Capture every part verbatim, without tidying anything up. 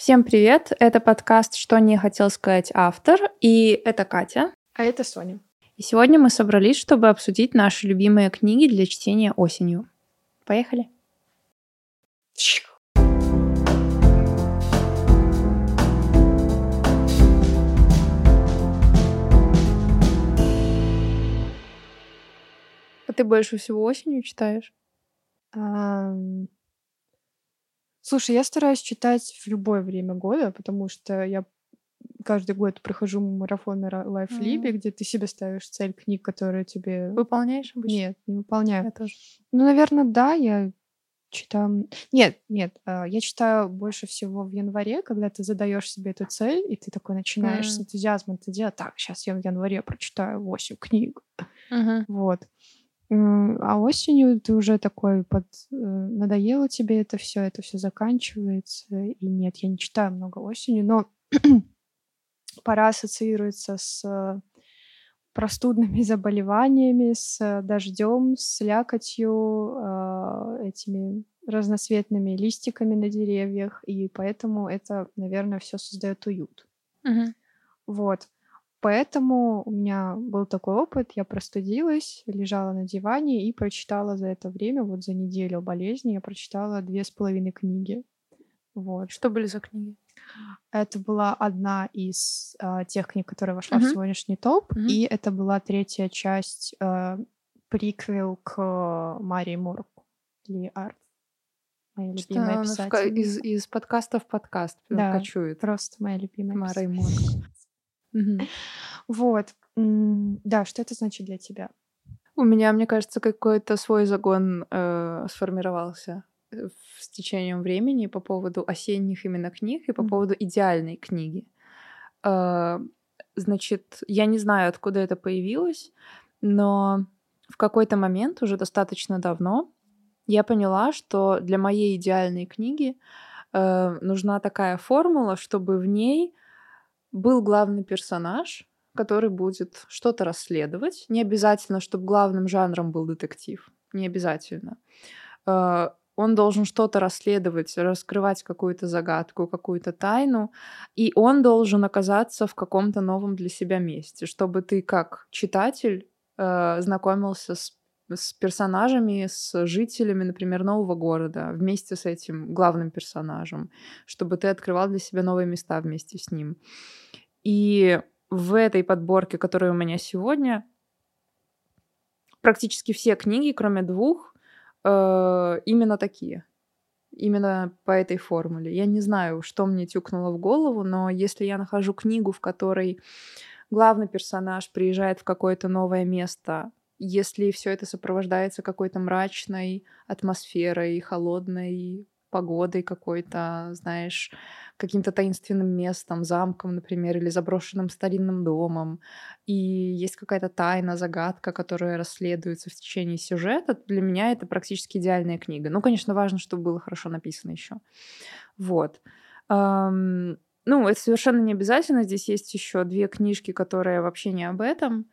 Всем привет! Это подкаст «Что не хотел сказать автор», и это Катя. А это Соня. И сегодня мы собрались, чтобы обсудить наши любимые книги для чтения осенью. Поехали! А ты больше всего осенью читаешь? Ам, Слушай, я стараюсь читать в любое время года, потому что я каждый год прохожу марафон на Ра- Лайфлибе, М. где ты себе ставишь цель книг, которые тебе... Выполняешь обычно? Нет, не выполняю. Я тоже. Ну, наверное, да, я читаю... м, Нет, нет, а, я читаю больше всего в январе, когда ты задаешь себе эту цель, и ты такой начинаешь с М. энтузиазмом это делать. Так, сейчас я в январе прочитаю восемь книг. Мгм. Вот. М, А осенью ты уже такой под э, надоело тебе это все, это все заканчивается. И нет, я не читаю много осенью, но пора ассоциируется с э, простудными заболеваниями, с дождем, с слякотью, а, этими разноцветными листиками на деревьях, и поэтому это, наверное, все создает уют. Мгм. Вот. Поэтому у меня был такой опыт. Я простудилась, лежала на диване и прочитала за это время, вот за неделю болезни, я прочитала две с половиной книги. Вот. Что были за книги? Это была одна из а, тех книг, которая вошла в Мгм. сегодняшний топ, Мгм. и это была третья часть, а, приквел к Марии Мур Ли Арт, моя Что любимая она в ка- из, писательница. из подкаста в подкаст Да, кочует. просто моя любимая Мара и писательница. Монк. Мгм. Вот. М, Да, что это значит для тебя? У меня, мне кажется, какой-то свой загон э, сформировался э, с течением времени по поводу осенних именно книг и по Мгм. поводу идеальной книги. Э, Значит, я не знаю, откуда это появилось, но в какой-то момент, уже достаточно давно, я поняла, что для моей идеальной книги э, нужна такая формула, чтобы в ней был главный персонаж, который будет что-то расследовать. Не обязательно, чтобы главным жанром был детектив. Не обязательно. Э, Он должен что-то расследовать, раскрывать какую-то загадку, какую-то тайну, и он должен оказаться в каком-то новом для себя месте, чтобы ты как читатель э, знакомился с с персонажами, с жителями, например, нового города вместе с этим главным персонажем, чтобы ты открывал для себя новые места вместе с ним. И в этой подборке, которая у меня сегодня, практически все книги, кроме двух, э, именно такие. Именно по этой формуле. Я не знаю, что мне тюкнуло в голову, но если я нахожу книгу, в которой главный персонаж приезжает в какое-то новое место, если все это сопровождается какой-то мрачной атмосферой, холодной погодой какой-то, знаешь, каким-то таинственным местом, замком, например, или заброшенным старинным домом, и есть какая-то тайна, загадка, которая расследуется в течение сюжета, для меня это практически идеальная книга. Ну, конечно, важно, чтобы было хорошо написано еще. Вот. Ам, ну, это совершенно не обязательно. Здесь есть еще две книжки, которые вообще не об этом.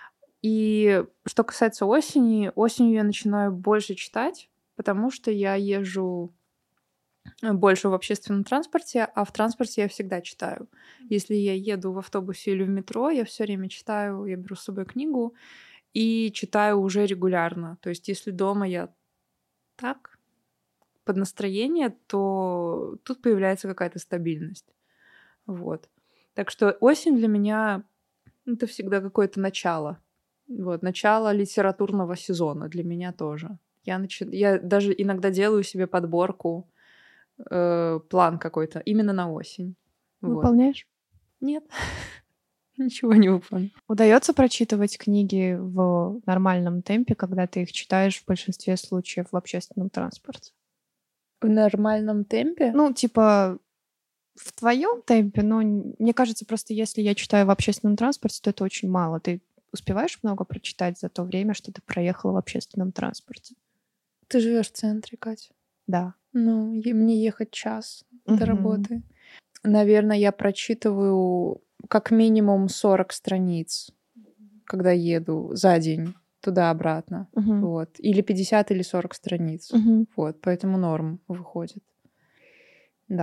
И что касается осени, осенью я начинаю больше читать, потому что я езжу э, больше в общественном транспорте, а в транспорте я всегда читаю. Если я еду в автобусе или в метро, я все время читаю, я беру с собой книгу и читаю уже регулярно. То есть если дома я так, под настроение, то тут появляется какая-то стабильность. Вот. Так что осень для меня это всегда какое-то начало. Вот, начало литературного сезона для меня тоже. Я, начи... я даже иногда делаю себе подборку, э, план какой-то именно на осень. Вот. Выполняешь? Нет, ничего не выполню. Удается прочитывать книги в нормальном темпе, когда ты их читаешь в большинстве случаев в общественном транспорте? В нормальном темпе? Ну, типа, в твоем темпе, но н- мне кажется, просто если я читаю в общественном транспорте, то это очень мало. Ты успеваешь много прочитать за то время, что ты проехала в общественном транспорте? Ты живешь в центре, Катя. Да. Ну, е- мне ехать час до Мгм. работы. Наверное, я прочитываю как минимум сорок страниц, когда еду за день туда-обратно. Мгм. Вот. Или пятьдесят, или сорок страниц. Мгм. Вот. Поэтому норм выходит. Да.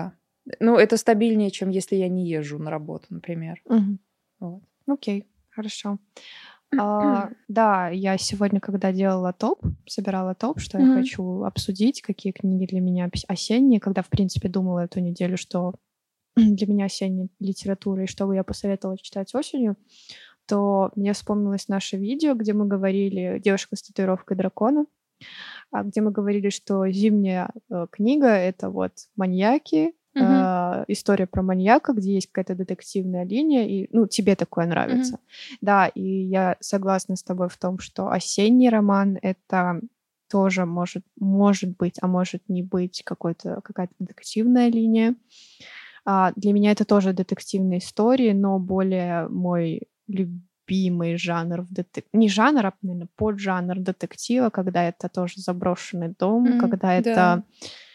Ну, это стабильнее, чем если я не езжу на работу, например. Мгм. Вот. Окей, хорошо. А, да, я сегодня, когда делала топ, собирала топ, что я Мгм. хочу обсудить, какие книги для меня пс- осенние, когда, в принципе, думала эту неделю, что для меня осенняя литература и что бы я посоветовала читать осенью, то мне вспомнилось наше видео, где мы говорили «Девушка с татуировкой дракона», а, где мы говорили, что зимняя э, книга — это вот маньяки, Мгм. э, история про маньяка, где есть какая-то детективная линия, и, ну, тебе такое нравится. Да, и я согласна с тобой в том, что осенний роман — это тоже может, может быть, а может не быть какой-то, какая-то детективная линия. А, для меня это тоже детективные истории, но более мой любимый жанр в детек не жанр, а, наверно, поджанр детектива, когда это тоже заброшенный дом, Мгм. когда Да. это,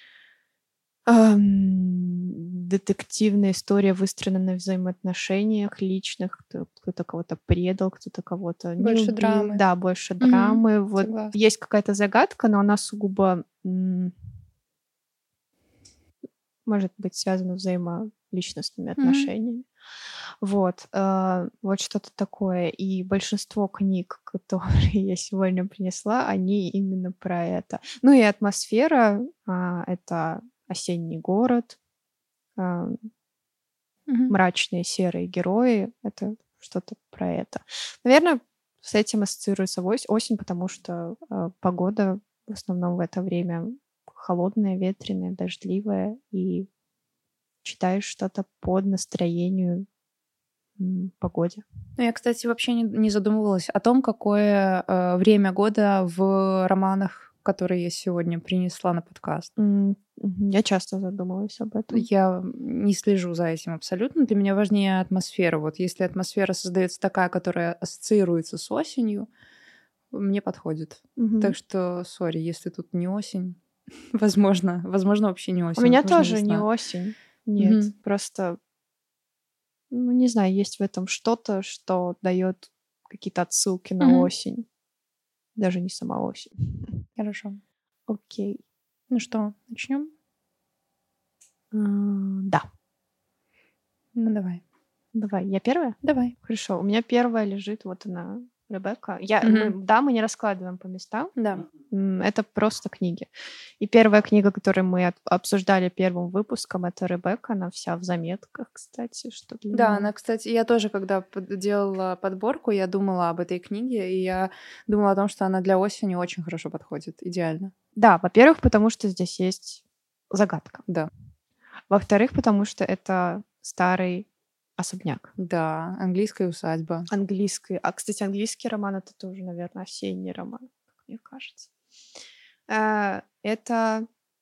ам, детективная история, выстроена на взаимоотношениях личных. Кто кто-то кого-то предал, кто-то кого-то не Больше любил. драмы. Да, больше Мгм. драмы. Вот Согласна. есть какая-то загадка, но она сугубо, м может быть связано с взаимоличностными Мгм. отношениями. Вот, э, вот что-то такое. И большинство книг, которые я сегодня принесла, они именно про это. Ну и атмосфера, а, это осенний город, а, Мгм. мрачные серые герои. Это что-то про это. Наверное, с этим ассоциируется ось осень, потому что, э, погода в основном в это время холодная, ветреная, дождливая, и читаешь что-то под настроению, м, погоде. Ну, я, кстати, вообще не не задумывалась о том, какое, э, время года в романах, которые я сегодня принесла на подкаст. М, мгм. Я часто задумываюсь об этом. Я не слежу за этим абсолютно. Для меня важнее атмосфера. Вот если атмосфера создаётся такая, которая ассоциируется с осенью, мне подходит. Мгм. Так что сори, если тут не осень. Возможно, возможно, вообще не У осень, меня возможно, тоже не весна. осень. Нет, Мгм. просто, ну, не знаю, есть в этом что-то, что даёт какие-то отсылки на Мгм. осень. Даже не сама осень. Хорошо. Окей. Ну что, начнём? А, да, Ну, давай. давай. Я первая? Давай. Хорошо. У меня первая лежит, вот она, Ребекка. Я мы, Мгм. да, мы не раскладываем по местам. Да. М, это просто книги. И первая книга, которую мы от обсуждали первым выпуском, это «Ребекка». Она вся в заметках, кстати, что для Да, меня. она, кстати, я тоже, когда под делала подборку, я думала об этой книге, и я думала о том, что она для осени очень хорошо подходит. Идеально. Да, во-первых, потому что здесь есть загадка. Да. Во-вторых, потому что это старый особняк. Да, английская усадьба. Английский. А, кстати, английский роман — это тоже, наверное, осенний роман, как мне кажется. Э, это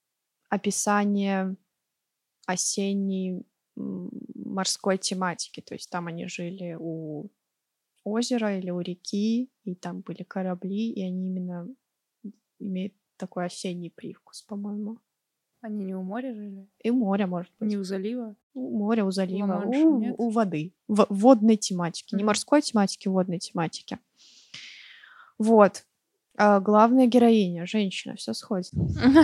описание осенней, м, морской тематики. То есть там они жили у озера или у реки, и там были корабли, и они именно имеют такой осенний привкус, по-моему. Они не у моря жили? И у моря, может Не быть. у залива? У моря, у залива, Ла-Манша, у нет? у воды, в водной тематики. Не Мгм. морской тематики, водной тематики. Вот. А, главная героиня — женщина, все сходится.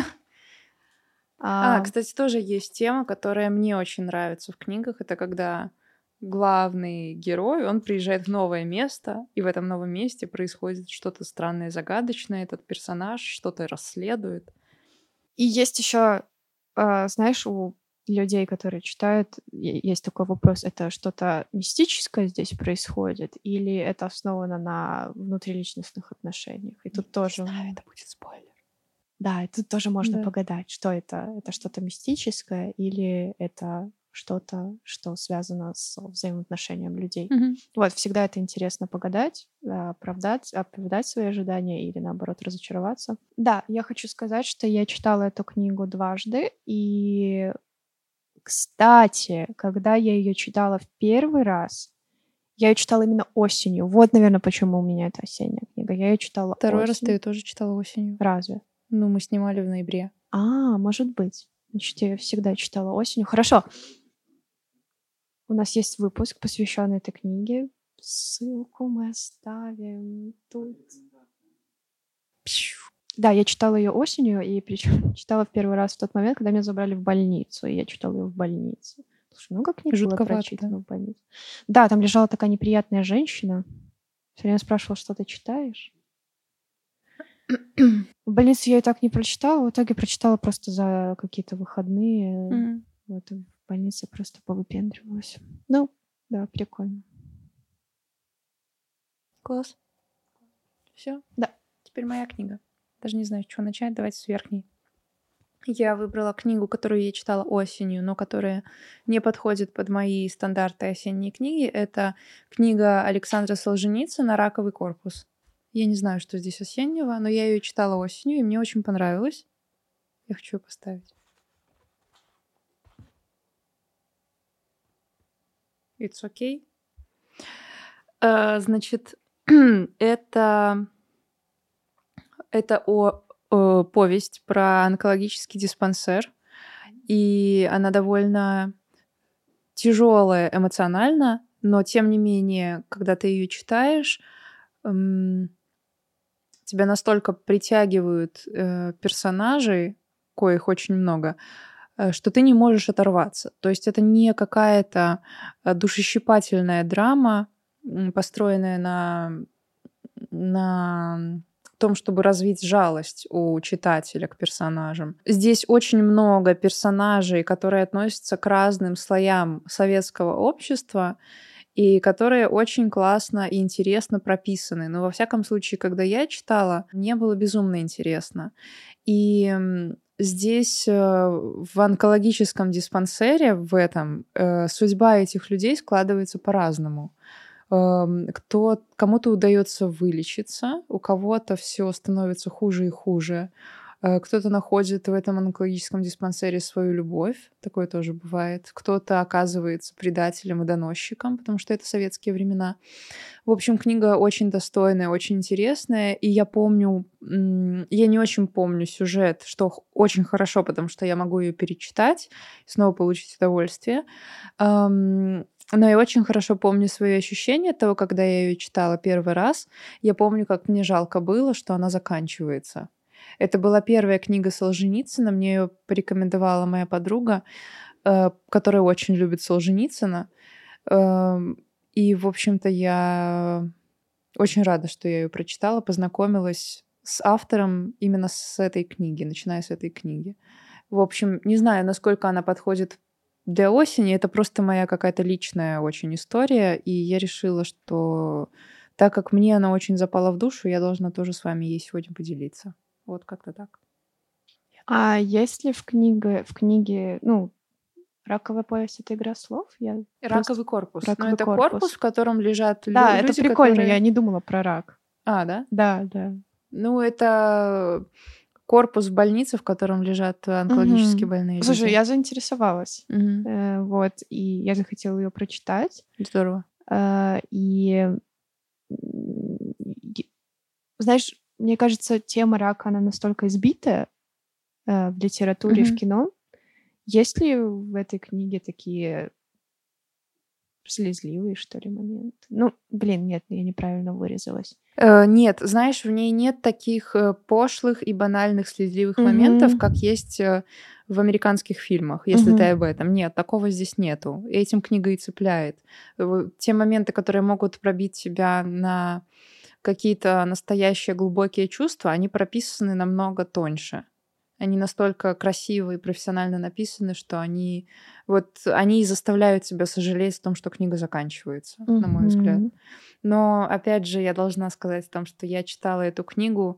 А, А, кстати, тоже есть тема, которая мне очень нравится в книгах. Это когда главный герой, он приезжает в новое место, и в этом новом месте происходит что-то странное, загадочное. Этот персонаж что-то расследует. и есть еще, а, знаешь, у людей, которые читают, е есть такой вопрос: это что-то мистическое здесь происходит или это основано на внутриличностных отношениях? И Не тут не тоже, знаю, м, это будет спойлер. да, и тут тоже можно Да. погадать, что это. Это что-то мистическое или это что-то, что связано с взаимоотношением людей. Мгм. Вот, всегда это интересно погадать, а, оправдать оправдать свои ожидания или, наоборот, разочароваться. Да, я хочу сказать, что я читала эту книгу дважды, и, кстати, когда я ее читала в первый раз, я ее читала именно осенью. Вот, наверное, почему у меня это осенняя книга. Я ее читала Второй раз ты осенью. её тоже читала осенью. Разве? Ну, мы снимали в ноябре. А, может быть. Значит, я её всегда читала осенью. Хорошо. У нас есть выпуск, посвященный этой книге. Ссылку мы оставим тут. Пщу. Да, я читала ее осенью, и причем читала в первый раз в тот момент, когда меня забрали в больницу, и я читала ее в больнице. Слушай, много книг было Жутковато, да? прочитано в больнице. Да, там лежала такая неприятная женщина. Всё время спрашивала, что ты читаешь. В больнице я её так не прочитала, в итоге прочитала просто за какие-то выходные. Мгм. Вот в больнице просто повыпендривалась. Ну да, прикольно. Класс. Всё? Да. Теперь моя книга. Даже не знаю, с чего начать. Давайте с верхней. Я выбрала книгу, которую я читала осенью, но которая не подходит под мои стандарты осенней книги. Это книга Александра Солженицына «Раковый корпус». Я не знаю, что здесь осеннего, но я её читала осенью, и мне очень понравилось. Я хочу её поставить. It's okay. Э, значит, это это о э, повесть про онкологический диспансер, и она довольно тяжёлая эмоционально, но тем не менее, когда ты её читаешь, м, тебя настолько притягивают, э, персонажи, коих очень много, э, что ты не можешь оторваться. То есть это не какая-то, э, душещипательная драма, м, построенная на на том, чтобы развить жалость у читателя к персонажам. Здесь очень много персонажей, которые относятся к разным слоям советского общества и которые очень классно и интересно прописаны. Но во всяком случае, когда я читала, мне было безумно интересно. И, м, здесь, э, в онкологическом диспансере, в этом, э, судьба этих людей складывается по-разному. Эм, кто кому-то удаётся вылечиться, у кого-то всё становится хуже и хуже. Э, кто-то находит в этом онкологическом диспансере свою любовь, такое тоже бывает. Кто-то оказывается предателем и доносчиком, потому что это советские времена. В общем, книга очень достойная, очень интересная. И я помню, м, я не очень помню сюжет, что х очень хорошо, потому что я могу её перечитать и снова получить удовольствие. Ам, но я очень хорошо помню свои ощущения от того, когда я её читала первый раз. Я помню, как мне жалко было, что она заканчивается. Это была первая книга Солженицына. Мне её порекомендовала моя подруга, э, которая очень любит Солженицына. Эм, и, в общем-то, я очень рада, что я её прочитала, познакомилась с автором именно с этой книги, начиная с этой книги. В общем, не знаю, насколько она подходит для осени. Это просто моя какая-то личная очень история, и я решила, что так как мне она очень запала в душу, я должна тоже с вами ей сегодня поделиться. Вот как-то так. А есть ли в книга в книге, ну, "Раковая повесть" — это игра слов? Я просто Раковый корпус. Ну, "Раковый это корпус, корпус". в котором лежат лю Да, это люди, прикольно, я которые не думала про рак. А, да? Да, да. Ну, это корпус в больнице, в котором лежат онкологически Мгм. больные Слушай, люди. я заинтересовалась. Мгм. Э, вот, и я захотела её прочитать. Здорово. Э, и, м, й знаешь, мне кажется, тема рака, она настолько избитая, э, в литературе и в Мгм. кино. Есть ли в этой книге такие слезливые, что ли, моменты? Ну, блин, нет, я неправильно выразилась. Э, нет, знаешь, в ней нет таких, э, пошлых и банальных слезливых моментов, Мгм. как есть, э, в американских фильмах, если ты Мгм. об этом. Нет, такого здесь нету. Этим книга и цепляет. В те моменты, которые могут пробить тебя на какие-то настоящие глубокие чувства, они прописаны намного тоньше. Они настолько красиво и профессионально написаны, что они вот они и заставляют тебя сожалеть о том, что книга заканчивается, на мой взгляд. Мгм. Но опять же, я должна сказать о том, что я читала эту книгу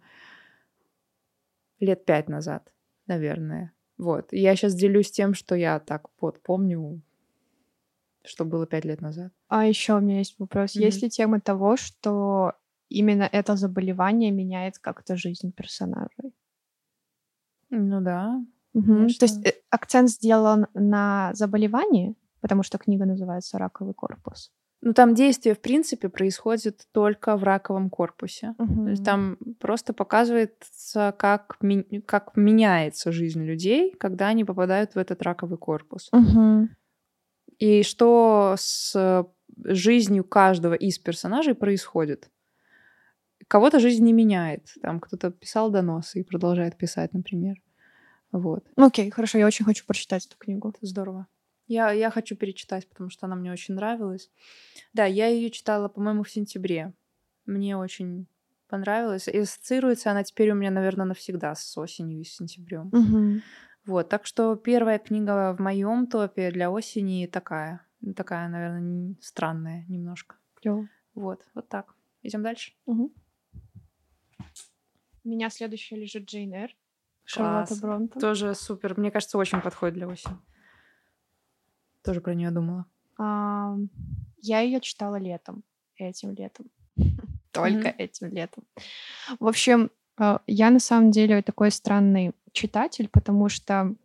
лет пять назад, наверное. Вот. И я щас делюсь тем, что я так вот помню что было пять лет назад. А ещё у меня есть вопрос. Есть Мгм. ли тема того, что именно это заболевание меняет как-то жизнь персонажей? Ну да, Мгм. То есть, конечно. э, акцент сделан на заболевании, потому что книга называется "Раковый корпус"? Ну, там действие, в принципе, происходит только в раковом корпусе. То есть Мгм. там просто показывается, как ме как меняется жизнь людей, когда они попадают в этот раковый корпус. Мгм. И что с жизнью каждого из персонажей происходит. кого-то жизнь не меняет. Там кто-то писал доносы и продолжает писать, например. Вот. Окей, хорошо, я очень хочу прочитать эту книгу. Это здорово. Я, я хочу перечитать, потому что она мне очень нравилась. Да, я ее читала, по-моему, в сентябре. Мне очень понравилось. И ассоциируется она теперь у меня, наверное, навсегда с осенью и с сентябрем. Угу. Вот, так что первая книга в моем топе для осени такая. Такая, наверное, странная немножко. Клево. Вот, вот так. Идем дальше. Угу. У меня следующая лежит Джейн Эйр. Шарлотта Бронте. Тоже супер. Мне кажется, очень подходит для осени. Тоже про нее думала. А, я ее читала летом. Этим летом. Только mm-hmm. этим летом. В общем, я на самом деле такой странный читатель, потому что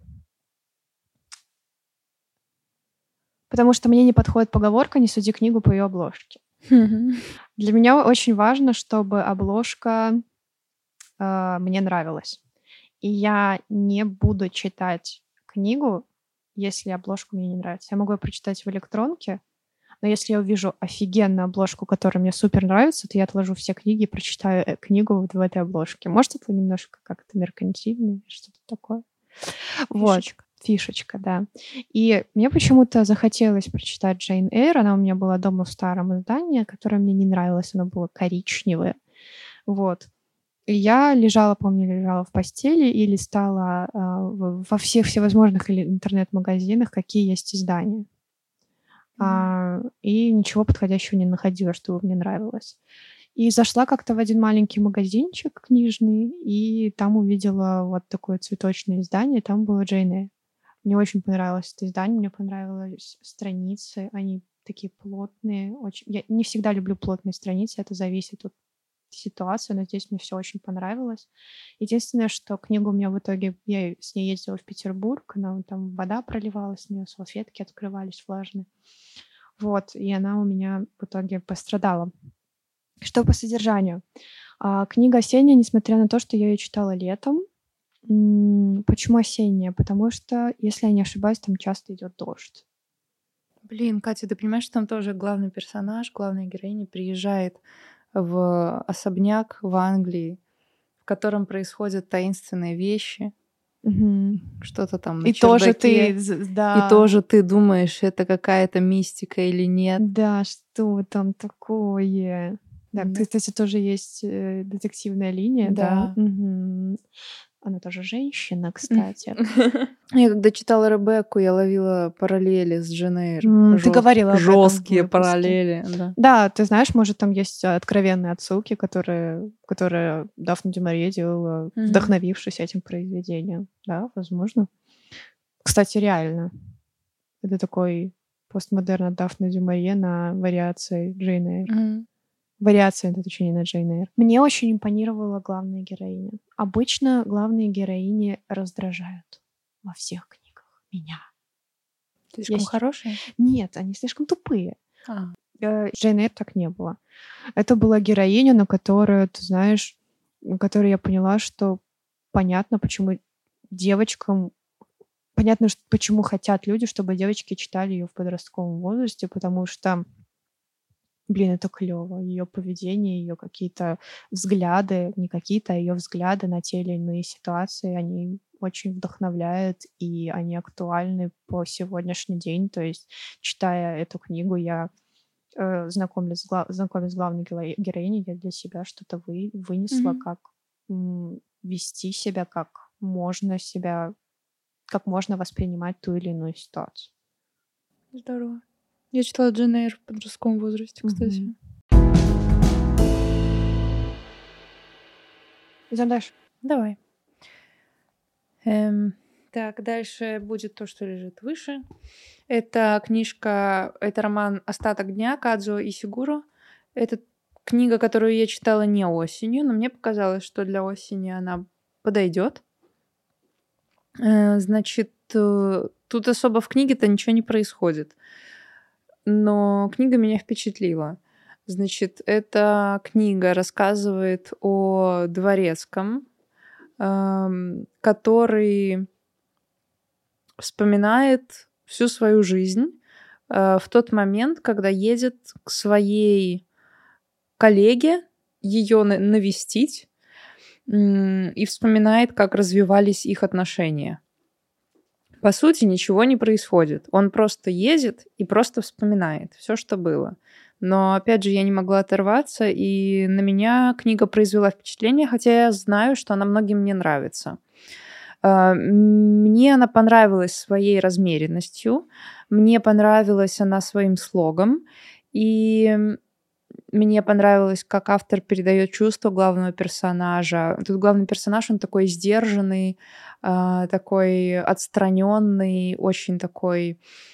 потому что мне не подходит поговорка «не суди книгу по ее обложке». Mm-hmm. Для меня очень важно, чтобы обложка э, мне нравилась. И я не буду читать книгу, если обложка мне не нравится. Я могу ее прочитать в электронке, но если я увижу офигенную обложку, которая мне супер нравится, то я отложу все книги и прочитаю книгу вот в этой обложке. Может, это немножко как-то меркантильно, что-то такое. Фишечка. Вот. Фишечка, да. И мне почему-то захотелось прочитать Джейн Эйр. Она у меня была дома в старом издании, которое мне не нравилось. Оно было коричневое. Вот. И я лежала, помню, лежала в постели и листала э, во всех всевозможных интернет-магазинах, какие есть издания. Mm-hmm. А, и ничего подходящего не находила, чтобы мне нравилось. И зашла как-то в один маленький магазинчик книжный, и там увидела вот такое цветочное издание, там было Джейн Эйр. Мне очень понравилось это издание, мне понравились страницы, они такие плотные. Очень... Я не всегда люблю плотные страницы, это зависит от ситуации, но здесь мне все очень понравилось. Единственное, что книгу у меня в итоге, я с ней ездила в Петербург, она, там вода проливалась с нее, салфетки открывались влажные. Вот, и она у меня в итоге пострадала. Что по содержанию? А, книга осенняя, несмотря на то, что я ее читала летом. М- почему осенняя? Потому что, если я не ошибаюсь, там часто идет дождь. Блин, Катя, ты понимаешь, что там тоже главный персонаж, главная героиня приезжает в особняк в Англии, в котором происходят таинственные вещи, угу. что-то там на и чердаке. тоже ты, да. И тоже ты думаешь, это какая-то мистика или нет. Да, что там такое? Да, mm-hmm. кстати, тоже есть э, детективная линия, да. Да. Угу. Она тоже женщина, кстати. Я когда читала Ребекку, я ловила параллели с Джейн Эйр. Mm, Жёст... Ты говорила об этом. Жесткие параллели, да. Да, ты знаешь, может, там есть откровенные отсылки, которые, которые Дафна дю Мариё делала, mm-hmm. вдохновившись этим произведением. Да, возможно. Кстати, реально. Это такой постмодерн от Дафны дю Мариё на вариации Джейн Эйр. Mm-hmm. Вариация, это точнее, на Джейн Эйр. Мне очень импонировала главная героиня. Обычно главные героини раздражают во всех книгах меня. Слишком Есть... хорошие? Нет, они слишком тупые. А. Джейн Эйр так не было. Это была героиня, на которую, ты знаешь, на которой я поняла, что понятно, почему девочкам... Понятно, что, почему хотят люди, чтобы девочки читали ее в подростковом возрасте, потому что блин, это клево. Ее поведение, ее какие-то взгляды, не какие-то, а ее взгляды на те или иные ситуации, они очень вдохновляют, и они актуальны по сегодняшний день. То есть, читая эту книгу, я э, знакомлюсь, с глав... знакомлюсь с главной героиней, я для себя что-то вы... вынесла, mm-hmm. как м- вести себя, как можно себя, как можно воспринимать ту или иную ситуацию. Здорово. Я читала Джейн Эйр в подростковом возрасте, кстати. Mm-hmm. Идем дальше. Давай. Эм, так, дальше будет то, что лежит выше. Это книжка, это роман «Остаток дня» Кадзуо Исигуро. Это книга, которую я читала не осенью, но мне показалось, что для осени она подойдет. Э, значит, тут особо в книге-то ничего не происходит. Но книга меня впечатлила. Значит, эта книга рассказывает о дворецком, эм, который вспоминает всю свою жизнь э, в тот момент, когда едет к своей коллеге ее навестить и вспоминает, как развивались их отношения. По сути, ничего не происходит. Он просто ездит и просто вспоминает все, что было. Но, опять же, я не могла оторваться, и на меня книга произвела впечатление, хотя я знаю, что она многим не нравится. Мне она понравилась своей размеренностью, мне понравилась она своим слогом, и мне понравилось, как автор передает чувства главного персонажа. Тут главный персонаж, он такой сдержанный, такой отстраненный, очень такой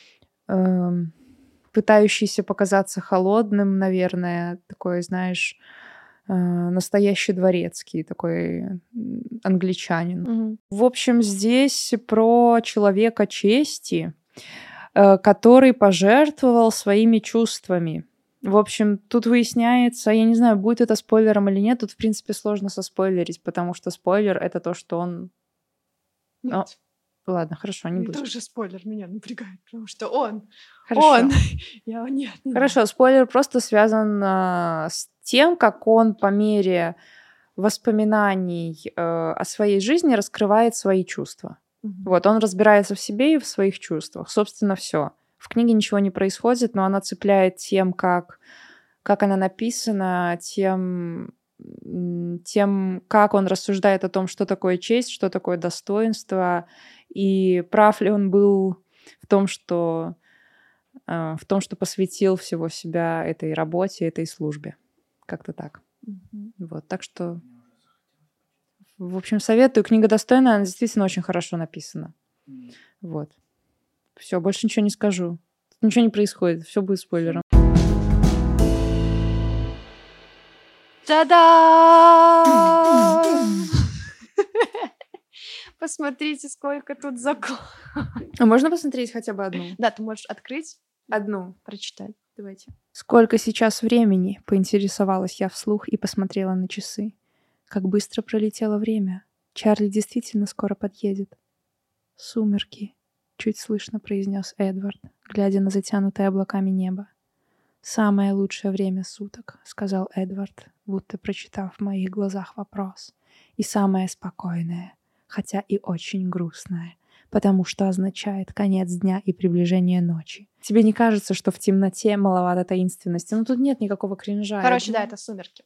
пытающийся показаться холодным, наверное, такой, знаешь, настоящий дворецкий, такой англичанин. Мгм. В общем, здесь про человека чести, который пожертвовал своими чувствами. В общем, тут выясняется, я не знаю, будет это спойлером или нет, тут, в принципе, сложно соспойлерить, потому что спойлер — это то, что он... О, Нет, ладно, хорошо, не это буду. уже спойлер меня напрягает, потому что он, Хорошо. он, я нет, не надо. Хорошо, спойлер просто связан а, с тем, как он по мере воспоминаний э, о своей жизни раскрывает свои чувства. Мгм. Вот, он разбирается в себе и в своих чувствах. Собственно, все. В книге ничего не происходит, но она цепляет тем, как, как она написана, тем, м, тем, как он рассуждает о том, что такое честь, что такое достоинство, и прав ли он был в том, что, э, в том, что посвятил всего себя этой работе, этой службе. Как-то так. Мгм. Вот, так что, в общем, советую. Книга достойная, она действительно очень хорошо написана. Вот. Все, больше ничего не скажу. Тут ничего не происходит, все будет спойлером. Та-дам! Посмотрите, сколько тут закладок. А можно посмотреть хотя бы одну? Да, ты можешь открыть, Одну. прочитать. Давайте. Сколько сейчас времени? Поинтересовалась я вслух и посмотрела на часы. Как быстро пролетело время. Чарли действительно скоро подъедет. Сумерки, чуть слышно произнес Эдвард, глядя на затянутое облаками небо. «Самое лучшее время суток», — сказал Эдвард, будто прочитав в моих глазах вопрос. «И самое спокойное, хотя и очень грустное, потому что означает конец дня и приближение ночи. Тебе не кажется, что в темноте маловато таинственности? Ну тут нет никакого кринжа». Короче, да, это «Сумерки».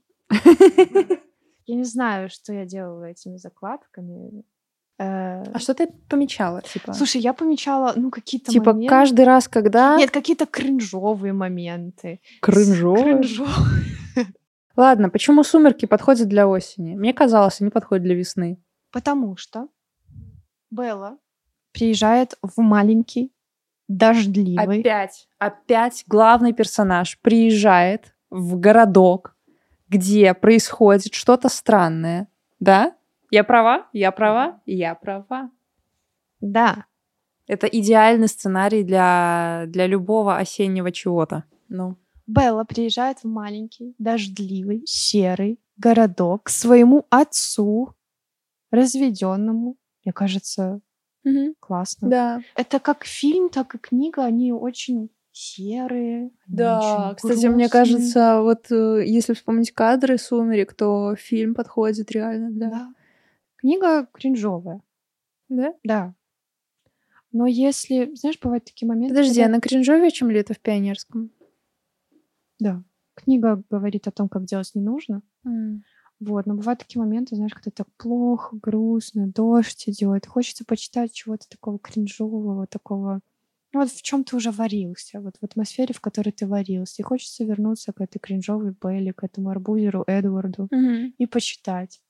Я не знаю, что я делала этими закладками. Э, А что ты помечала, типа? Слушай, я помечала, ну, какие-то Типа моменты. каждый раз, когда... Нет, какие-то кринжовые моменты. Кринжовые? Кринжовые. Ладно, почему «Сумерки» подходят для осени? Мне казалось, они подходят для весны. Потому что Белла приезжает в маленький, дождливый... Опять, опять главный персонаж приезжает в городок, где происходит что-то странное. Да? Я права? Я права? Я права. Да. Это идеальный сценарий для, для любого осеннего чего-то. Ну. Белла приезжает в маленький, дождливый, серый городок к своему отцу, разведенному. Мне кажется, Мгм. классно. Да. Это как фильм, так и книга, они очень серые. они Да, очень кстати, мне грустные. кажется, вот э, если вспомнить кадры «Сумерек», то фильм подходит реально для... Да. Книга кринжовая. Да? Да. Но если, знаешь, бывают такие моменты, Подожди, когда- она кринжовее, чем «Лето в Пионерском»? Да. Книга говорит о том, как делать не нужно. М. Вот, но бывают такие моменты, знаешь, когда так плохо, грустно, дождь идет, хочется почитать чего-то такого кринжового, такого, ну вот в чем ты уже варился, вот в атмосфере, в которой ты варился, и хочется вернуться к этой кринжовой Белле, к этому арбузеру Эдварду Мгм. и почитать.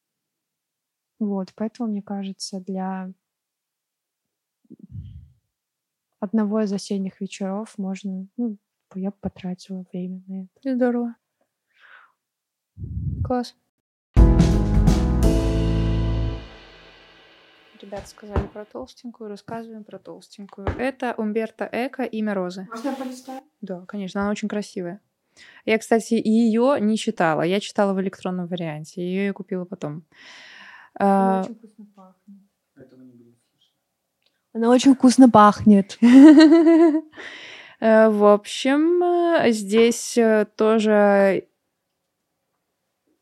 Вот, поэтому, мне кажется, для одного из осенних вечеров можно, ну, я бы потратила время на это. Здорово. Класс. Ребята сказали про толстенькую, рассказываем про толстенькую. Это Умберто Эко «Имя розы». Можно я полистаю? Да, конечно, она очень красивая. Я, кстати, ее не читала. Я читала в электронном варианте. Ее я купила потом. Она А, очень вкусно пахнет. Она очень вкусно пахнет. э, В общем, э, здесь э, тоже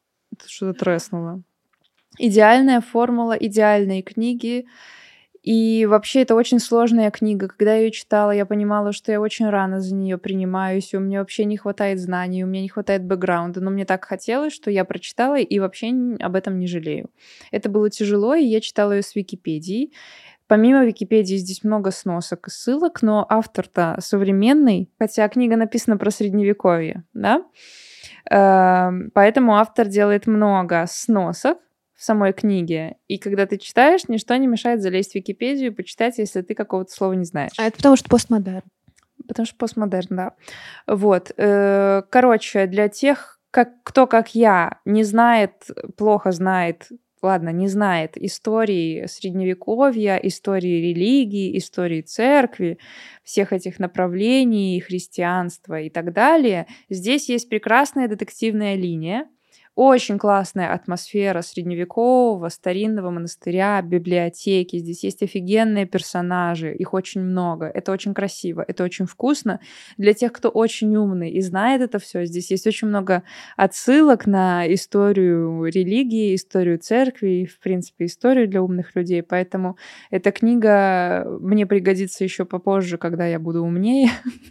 что-то треснуло. Идеальная формула, идеальные книги. И вообще это очень сложная книга. Когда я ее читала, я понимала, что я очень рано за нее принимаюсь, и у меня вообще не хватает знаний, у меня не хватает бэкграунда, но мне так хотелось, что я прочитала и вообще об этом не жалею. Это было тяжело, и я читала ее с Википедии. Помимо Википедии здесь много сносок и ссылок, но автор-то современный, хотя книга написана про Средневековье, да? Поэтому автор делает много сносок в самой книге. И когда ты читаешь, ничто не мешает залезть в Википедию и почитать, если ты какого-то слова не знаешь. А это потому что постмодерн. Потому что постмодерн, да. Вот. Короче, для тех, как, кто, как я, не знает, плохо знает, ладно, не знает истории Средневековья, истории религии, истории церкви, всех этих направлений, христианства и так далее, здесь есть прекрасная детективная линия, очень классная атмосфера средневекового, старинного монастыря, библиотеки. Здесь есть офигенные персонажи, их очень много. Это очень красиво, это очень вкусно. Для тех, кто очень умный и знает это все, здесь есть очень много отсылок на историю религии, историю церкви и, в принципе, историю для умных людей. Поэтому эта книга мне пригодится еще попозже, когда я буду умнее.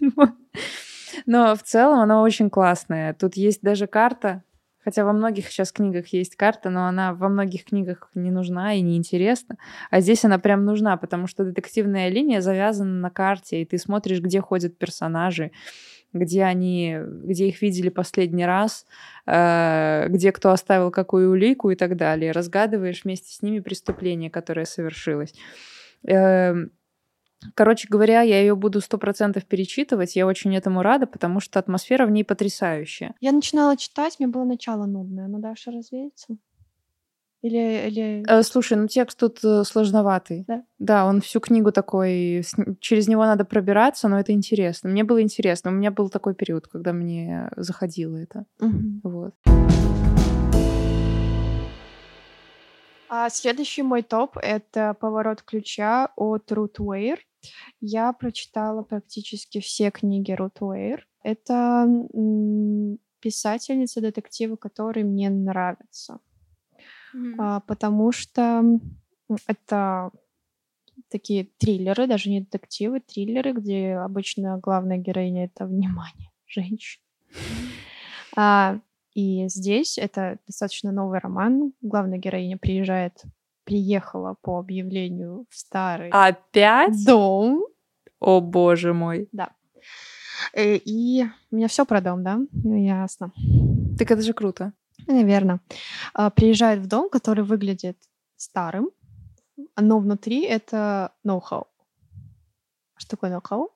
Но в целом она очень классная. Тут есть даже карта. Хотя во многих сейчас книгах есть карта, но она во многих книгах не нужна и не интересна. А здесь она прям нужна, потому что детективная линия завязана на карте, и ты смотришь, где ходят персонажи, где они, где их видели последний раз, э, где кто оставил какую улику и так далее. Разгадываешь вместе с ними преступление, которое совершилось. Э, Короче говоря, я ее буду сто процентов перечитывать. Я очень этому рада, потому что атмосфера в ней потрясающая. Я начинала читать, мне было начало нудное. Но дальше развеется? Или... или... Э, слушай, ну текст тут э, сложноватый. Да? Да, он всю книгу такой... с- Через него надо пробираться, но это интересно. Мне было интересно. У меня был такой период, когда мне заходило это. Мгм. Вот. А следующий мой топ — это «Поворот ключа» от Рут Уэйр. Я прочитала практически все книги Рут Уэйр. Это м, писательница детектива, который мне нравится. А, потому что м, это такие триллеры, даже не детективы, триллеры, где обычно главная героиня — это, внимание, женщина. А, и здесь это достаточно новый роман. Главная героиня приезжает, приехала по объявлению в старый Опять? дом. О, боже мой. Да. Э, И у меня все про дом, да? Ну, ясно. Так это же круто. Наверное. Приезжает в дом, который выглядит старым, но внутри это ноу-хау. Что такое ноу-хау?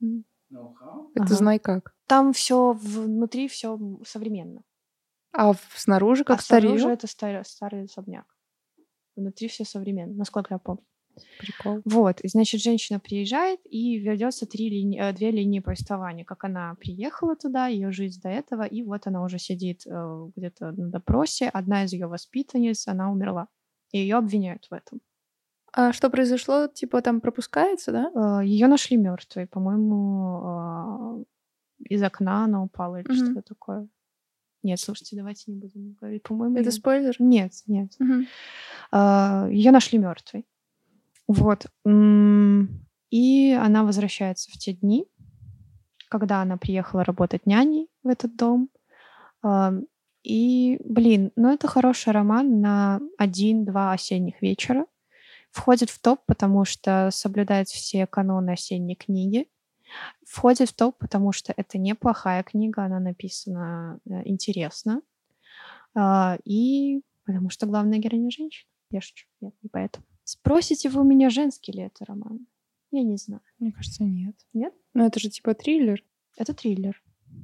Это Ага. знай как. Там все внутри, все современно. А в- снаружи А как снаружи старье? это старый, старый особняк. Внутри все современно, насколько я помню. Прикол. Вот, и, значит, женщина приезжает, и ведется три линии, э, две линии повествования. Как она приехала туда, ее жизнь до этого, и вот она уже сидит э, где-то на допросе. Одна из ее воспитанниц, она умерла, и ее обвиняют в этом. А что произошло? Типа там пропускается, да? Ее нашли мертвой, по-моему, э, из окна она упала или Мгм. что-то такое. Нет, слушайте, давайте не будем говорить. По-моему, Это её- спойлер? Нет, нет. Мгм. Ее нашли мертвой. Вот. М, И она возвращается в те дни, когда она приехала работать няней в этот дом. Ам, И, блин, ну это хороший роман на один-два осенних вечера. Входит в топ, потому что соблюдает все каноны осенней книги. Входит в топ, потому что это неплохая книга, она написана э, интересно. А, И потому что главная героиня женщина. Я шучу. Нет, не поэтому. Спросите вы у меня, женский ли это роман? Я не знаю. Мне кажется, нет. Нет? Ну это же типа триллер. Это триллер.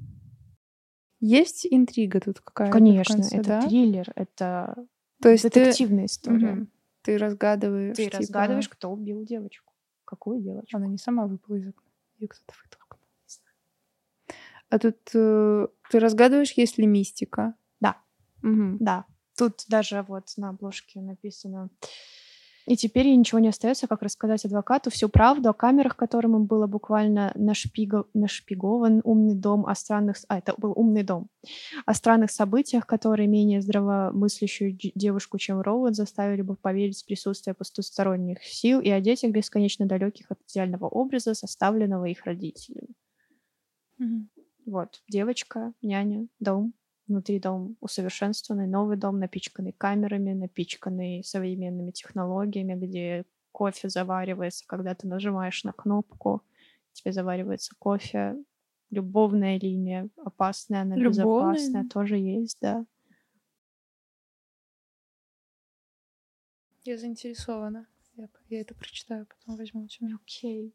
Есть интрига тут какая-то в Конечно, конце, это да? триллер, это То есть ты, детективная история. Мгм. ты разгадываешь, Ты типа, разгадываешь, кто убил девочку. Какую девочку? она не сама выпала из окна, ее кто-то вытолкнул. А тут э, ты разгадываешь, есть ли мистика? Да, Мгм. да. Тут даже вот на обложке написано И теперь ей ничего не остается, как рассказать адвокату всю правду о камерах, которым им было буквально нашпиго... нашпигован умный дом, о странных... А, это был умный дом. О странных событиях, которые менее здравомыслящую д- девушку, чем Роуэн, заставили бы поверить в присутствие потусторонних сил, и о детях бесконечно далеких от идеального образа, составленного их родителями. Мгм. Вот, девочка, няня, дом. Внутри дом усовершенствованный, новый дом, напичканный камерами, напичканный современными технологиями, где кофе заваривается, когда ты нажимаешь на кнопку, тебе заваривается кофе. Любовная линия, опасная, она Любовная безопасная, линия? тоже есть, да. Я заинтересована. Я, я это прочитаю, потом возьму у тебя. Окей.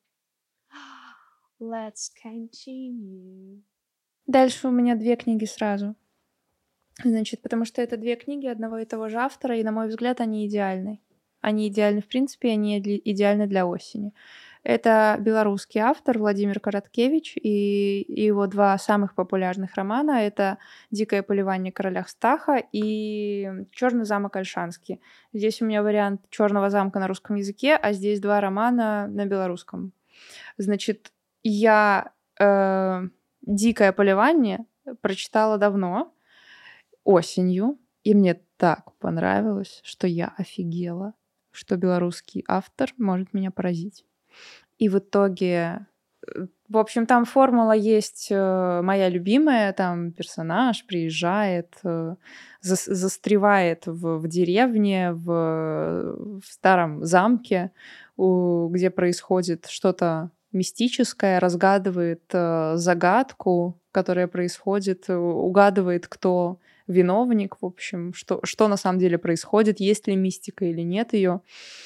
Let's continue. Дальше у меня две книги сразу. Значит, потому что это две книги одного и того же автора, и, на мой взгляд, они идеальны. Они идеальны, в принципе, они дли- идеальны для осени. Это белорусский автор Владимир Короткевич, и и его два самых популярных романа — это «Дикое поливание короля Стаха» и «Черный замок Ольшанский». Здесь у меня вариант «Черного замка» на русском языке, а здесь два романа на белорусском. Значит, я э, «Дикое поливание» прочитала давно, осенью, и мне так понравилось, что я офигела, что белорусский автор может меня поразить. И в итоге, э, в общем, там формула есть э, моя любимая, там персонаж приезжает, э, зас- застревает в, в деревне, в, в старом замке, у- где происходит что-то мистическое, разгадывает э, загадку, которая происходит, э, угадывает, кто виновник, в общем, что, что на самом деле происходит, есть ли мистика или нет ее.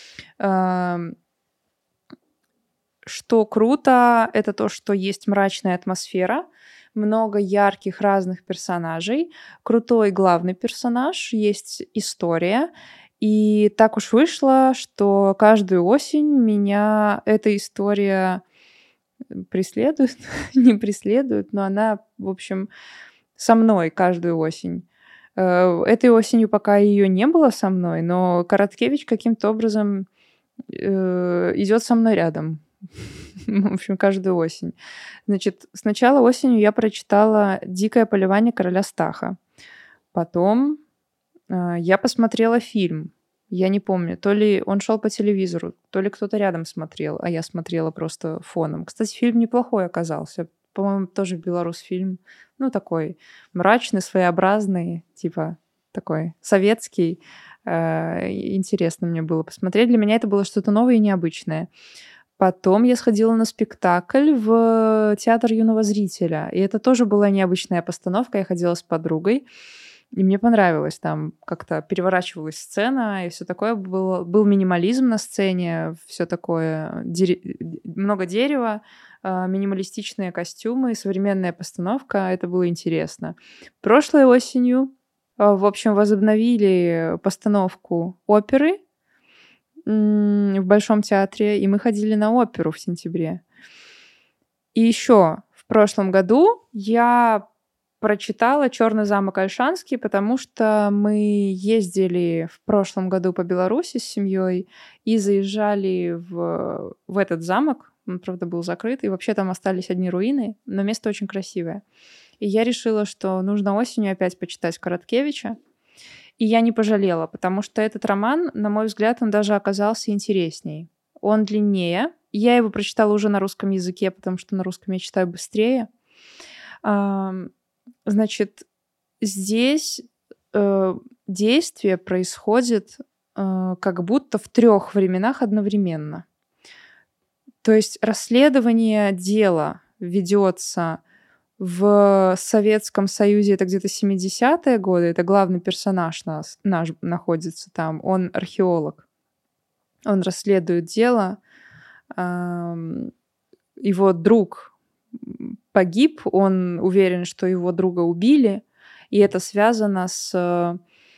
Что круто, это то, что есть мрачная атмосфера, много ярких разных персонажей, крутой главный персонаж, есть история. И так уж вышло, что каждую осень меня эта история преследует, не преследует, но она, в общем, со мной каждую осень. Э, Этой осенью пока ее не было со мной, но Короткевич каким-то образом э, идет со мной рядом. В общем, каждую осень. Значит, сначала осенью я прочитала «Дикое поливание короля Стаха». Потом а, я посмотрела фильм. Я не помню, то ли он шел по телевизору, то ли кто-то рядом смотрел, а я смотрела просто фоном. Кстати, фильм неплохой оказался. По-моему, тоже белорус-фильм. Ну, такой мрачный, своеобразный, типа такой советский. Э, Интересно мне было посмотреть. Для меня это было что-то новое и необычное. Потом я сходила на спектакль в театр юного зрителя. И это тоже была необычная постановка. Я ходила с подругой, и мне понравилось. Там как-то переворачивалась сцена, и все такое. Было, был минимализм на сцене, все такое, дере- много дерева, а, минималистичные костюмы, современная постановка. Это было интересно. Прошлой осенью, а, в общем, возобновили постановку оперы м, в Большом театре, и мы ходили на оперу в сентябре. И еще в прошлом году я прочитала «Черный замок Ольшанский», потому что мы ездили в прошлом году по Беларуси с семьей и заезжали в, в этот замок. Он, правда, был закрыт, и вообще там остались одни руины, но место очень красивое. И я решила, что нужно осенью опять почитать Короткевича. И я не пожалела, потому что этот роман, на мой взгляд, он даже оказался интересней. Он длиннее. Я его прочитала уже на русском языке, потому что на русском я читаю быстрее. Ам, Значит, здесь э, действие происходит э, как будто в трех временах одновременно. То есть расследование дела ведется в Советском Союзе, это где-то семидесятые годы, это главный персонаж нас, наш находится там, он археолог, он расследует дело, ам, его друг м, погиб, он уверен, что его друга убили, и это связано с, э,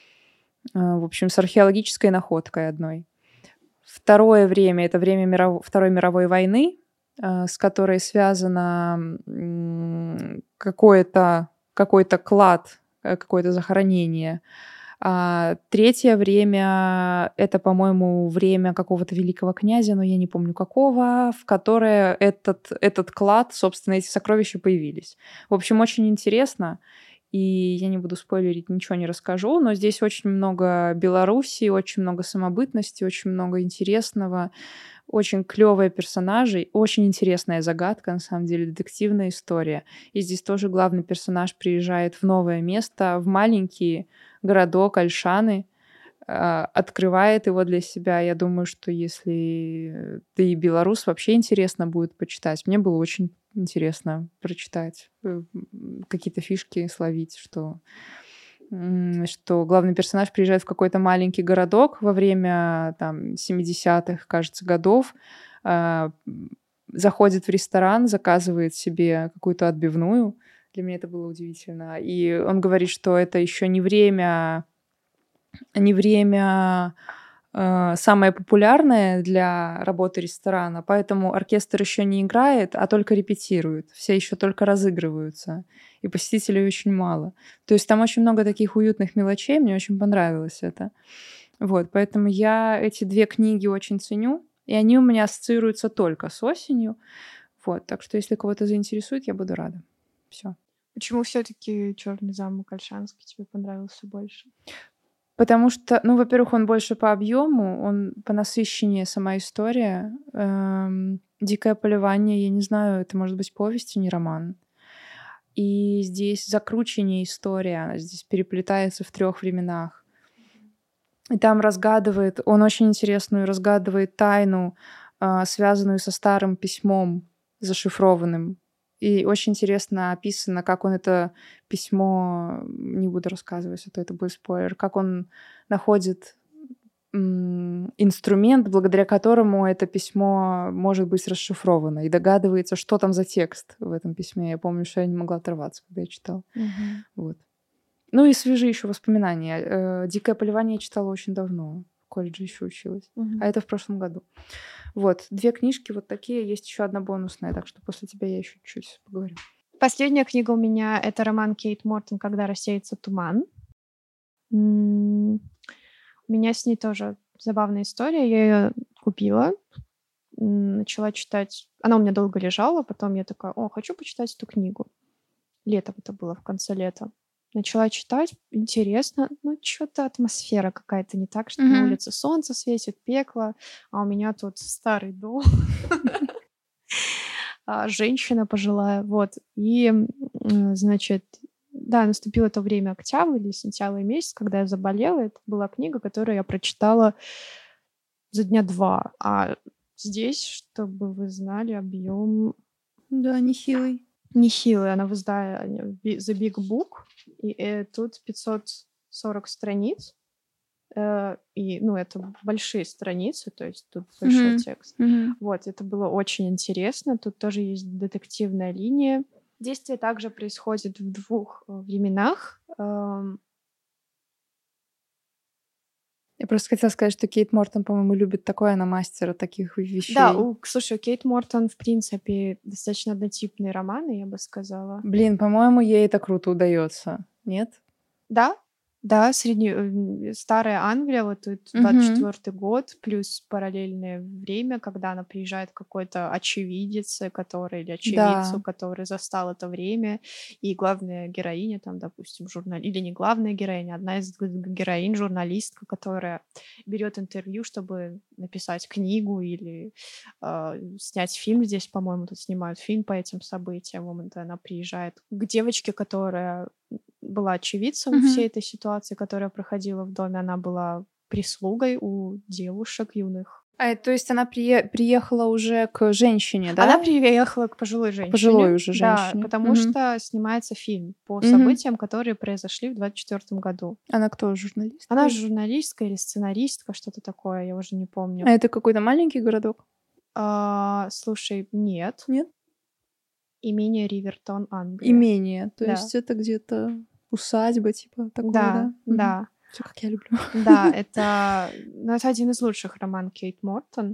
в общем, с археологической находкой одной. Второе время — это время миров... Второй мировой войны, э, с которой связано м, какое-то, какой-то клад, э, какое-то захоронение А третье время — это, по-моему, время какого-то великого князя, но я не помню какого, в которое этот, этот клад, собственно, эти сокровища появились. В общем, очень интересно. И я не буду спойлерить, ничего не расскажу, но здесь очень много Беларуси, очень много самобытности, очень много интересного, очень клевые персонажи, очень интересная загадка, на самом деле, детективная история. И здесь тоже главный персонаж приезжает в новое место, в маленький городок Ольшаны, а, открывает его для себя. Я думаю, что если ты белорус, вообще интересно будет почитать. Мне было очень интересно прочитать, э, м, какие-то фишки словить, что, м, что главный персонаж приезжает в какой-то маленький городок во время там семидесятых, кажется, годов, а, м, заходит в ресторан, заказывает себе какую-то отбивную. Для меня это было удивительно. И он говорит, что это еще не время не время э, самое популярное для работы ресторана, поэтому оркестр еще не играет, а только репетирует. Все еще только разыгрываются, и посетителей очень мало. То есть там очень много таких уютных мелочей, мне очень понравилось это. Вот, поэтому я эти две книги очень ценю, и они у меня ассоциируются только с осенью. Вот, так что если кого-то заинтересует, я буду рада. Все. Почему все-таки Черный замок Ольшанский тебе понравился больше? Потому что, ну, во-первых, он больше по объему, он понасыщеннее сама история. Эм, «Дикое поливание», я не знаю, это может быть повесть, а не роман. И здесь закрученнее история, она здесь переплетается в трех временах. И там разгадывает, он очень интересную разгадывает тайну, а, связанную со старым письмом зашифрованным. И очень интересно описано, как он это письмо, не буду рассказывать, а то это будет спойлер, как он находит м, инструмент, благодаря которому это письмо может быть расшифровано, и догадывается, что там за текст в этом письме. Я помню, что я не могла оторваться, когда я читала. Мгм. Вот. Ну и свежие еще воспоминания. Э, «Дикое поливание» я читала очень давно. В колледже еще училась. Мгм. А это в прошлом году. Вот. Две книжки вот такие. Есть еще одна бонусная, так что после тебя я еще чуть поговорю. Последняя книга у меня — это роман Кейт Мортон «Когда рассеется туман». М, У меня с ней тоже забавная история. Я ее купила, м, начала читать. Она у меня долго лежала, потом я такая: о, хочу почитать эту книгу. Летом это было, в конце лета. Начала читать, интересно, но что-то атмосфера какая-то не так, что на Мгм. улице солнце светит, пекло, а у меня тут старый дом, а, женщина пожилая, вот. И, м, значит, да, наступило то время, октябрь или сентябрь месяц, когда я заболела. Это была книга, которую я прочитала за дня два. А здесь, чтобы вы знали, объем Да, нехилый. нехилый. Она в издании Би- The Big Book, и э, тут пятьсот сорок страниц. Э, и, ну, это большие страницы, то есть тут большой Мгм. текст. Мгм. Вот, это было очень интересно. Тут тоже есть детективная линия. Действие также происходит в двух э, временах. Эм, Я просто хотела сказать, что Кейт Мортон, по-моему, любит такое, она мастер таких Да, вещей. у, слушай, у Кейт Мортон, в принципе, достаточно однотипные романы, я бы сказала. Блин, по-моему, ей это круто удается. Нет? Да, да, средне... м, старая Англия, вот тут Мгм. двадцать четвёртый год, плюс параллельное время, когда она приезжает какой-то очевидец, э, который, или очевидцу, Да. который застал это время, и главная героиня, там, допустим, журнал... или не главная героиня, одна из г- г- героинь, журналистка, которая берет интервью, чтобы написать книгу или а, снять фильм. Здесь, по-моему, тут снимают фильм по этим событиям. Вот она приезжает к девочке, которая была очевидцем Мгм. всей этой ситуации, которая проходила в доме. Она была прислугой у девушек юных. А, то есть она прие- приехала уже к женщине, Она да? приехала к пожилой женщине. Пожилой уже Да, женщине. потому Мгм. что снимается фильм по Мгм. событиям, которые произошли в двадцать четвёртом году. Она кто, журналистка? Она или- журналистка или сценаристка, что-то такое, я уже не помню. А это какой-то маленький городок? А, слушай, нет. Нет? Имение Ривертон, Англия. Имение. То Да. есть это где-то усадьба, типа такое, Да, да? да. Все как я люблю. Да, это, ну, это один из лучших роман Кейт Мортон.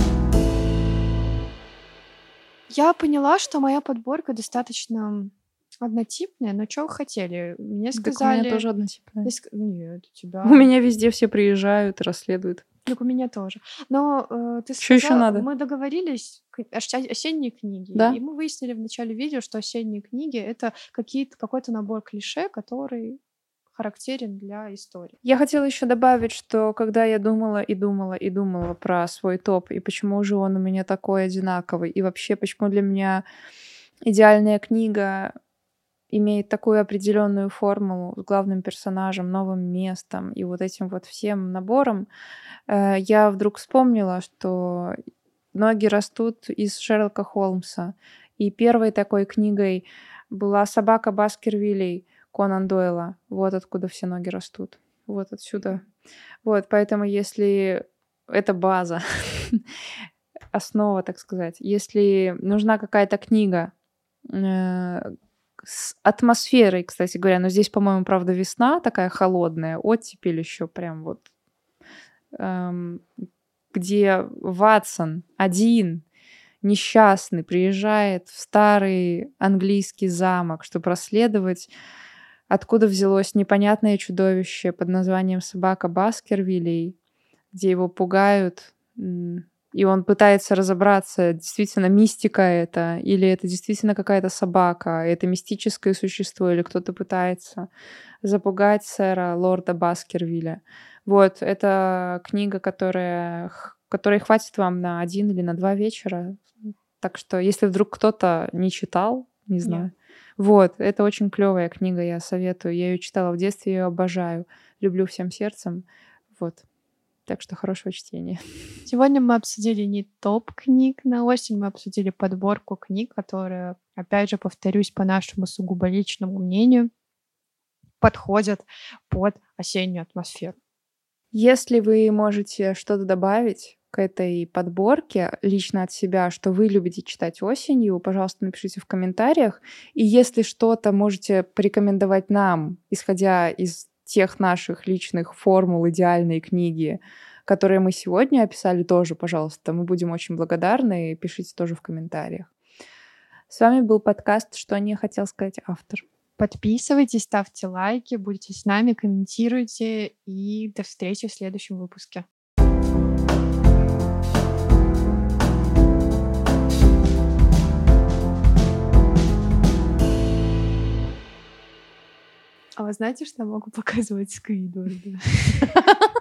Я поняла, что моя подборка достаточно Однотипные? Но чё вы хотели? Мне Так у меня сказали тоже однотипные. мне ск Нет, у тебя У меня везде все приезжают и расследуют. Так у меня тоже. Но, э, ты Чё ещё сказала надо? мы договорились к ош осенние книги, Да. и мы выяснили в начале видео, что осенние книги- это какие-то какой-то набор клише, который характерен для истории. Я хотела ещё добавить, что когда я думала и думала и думала про свой топ, и почему же он у меня такой одинаковый, и вообще, почему для меня идеальная книга имеет такую определённую формулу с главным персонажем, новым местом и вот этим вот всем набором, э, я вдруг вспомнила, что ноги растут из Шерлока Холмса. И первой такой книгой была "Собака Баскервилей" Конан Дойла. Вот откуда все ноги растут. Вот отсюда. Вот, поэтому если это база, основа, так сказать. Если нужна какая-то книга, э, с атмосферой, кстати говоря, но здесь, по-моему, правда, весна такая холодная, оттепель ещё прям вот, эм, где Ватсон один, несчастный, приезжает в старый английский замок, чтоб расследовать, откуда взялось непонятное чудовище под названием "Собака Баскервилей", где его пугают, м, и он пытается разобраться, действительно мистика это или это действительно какая-то собака, это мистическое существо, или кто-то пытается запугать сэра лорда Баскервиля. Вот, это книга, которая х которой хватит вам на один или на два вечера. Так что, если вдруг кто-то не читал, не Нет. знаю. Вот, это очень клёвая книга, я советую. Я её читала в детстве, я её обожаю. Люблю всем сердцем. Вот. Так что хорошего чтения. Сегодня мы обсудили не топ книг на осень, мы обсудили подборку книг, которые, опять же, повторюсь, по нашему сугубо личному мнению, подходят под осеннюю атмосферу. Если вы можете что-то добавить к этой подборке лично от себя, что вы любите читать осенью, пожалуйста, напишите в комментариях. И если что-то можете порекомендовать нам, исходя из тех наших личных формул идеальной книги, которые мы сегодня описали, тоже, пожалуйста, мы будем очень благодарны. Пишите тоже в комментариях. С вами был подкаст "Что не хотел сказать автор". Подписывайтесь, ставьте лайки, будьте с нами, комментируйте, и до встречи в следующем выпуске. А вы знаете, что я могу показывать Сквидварда?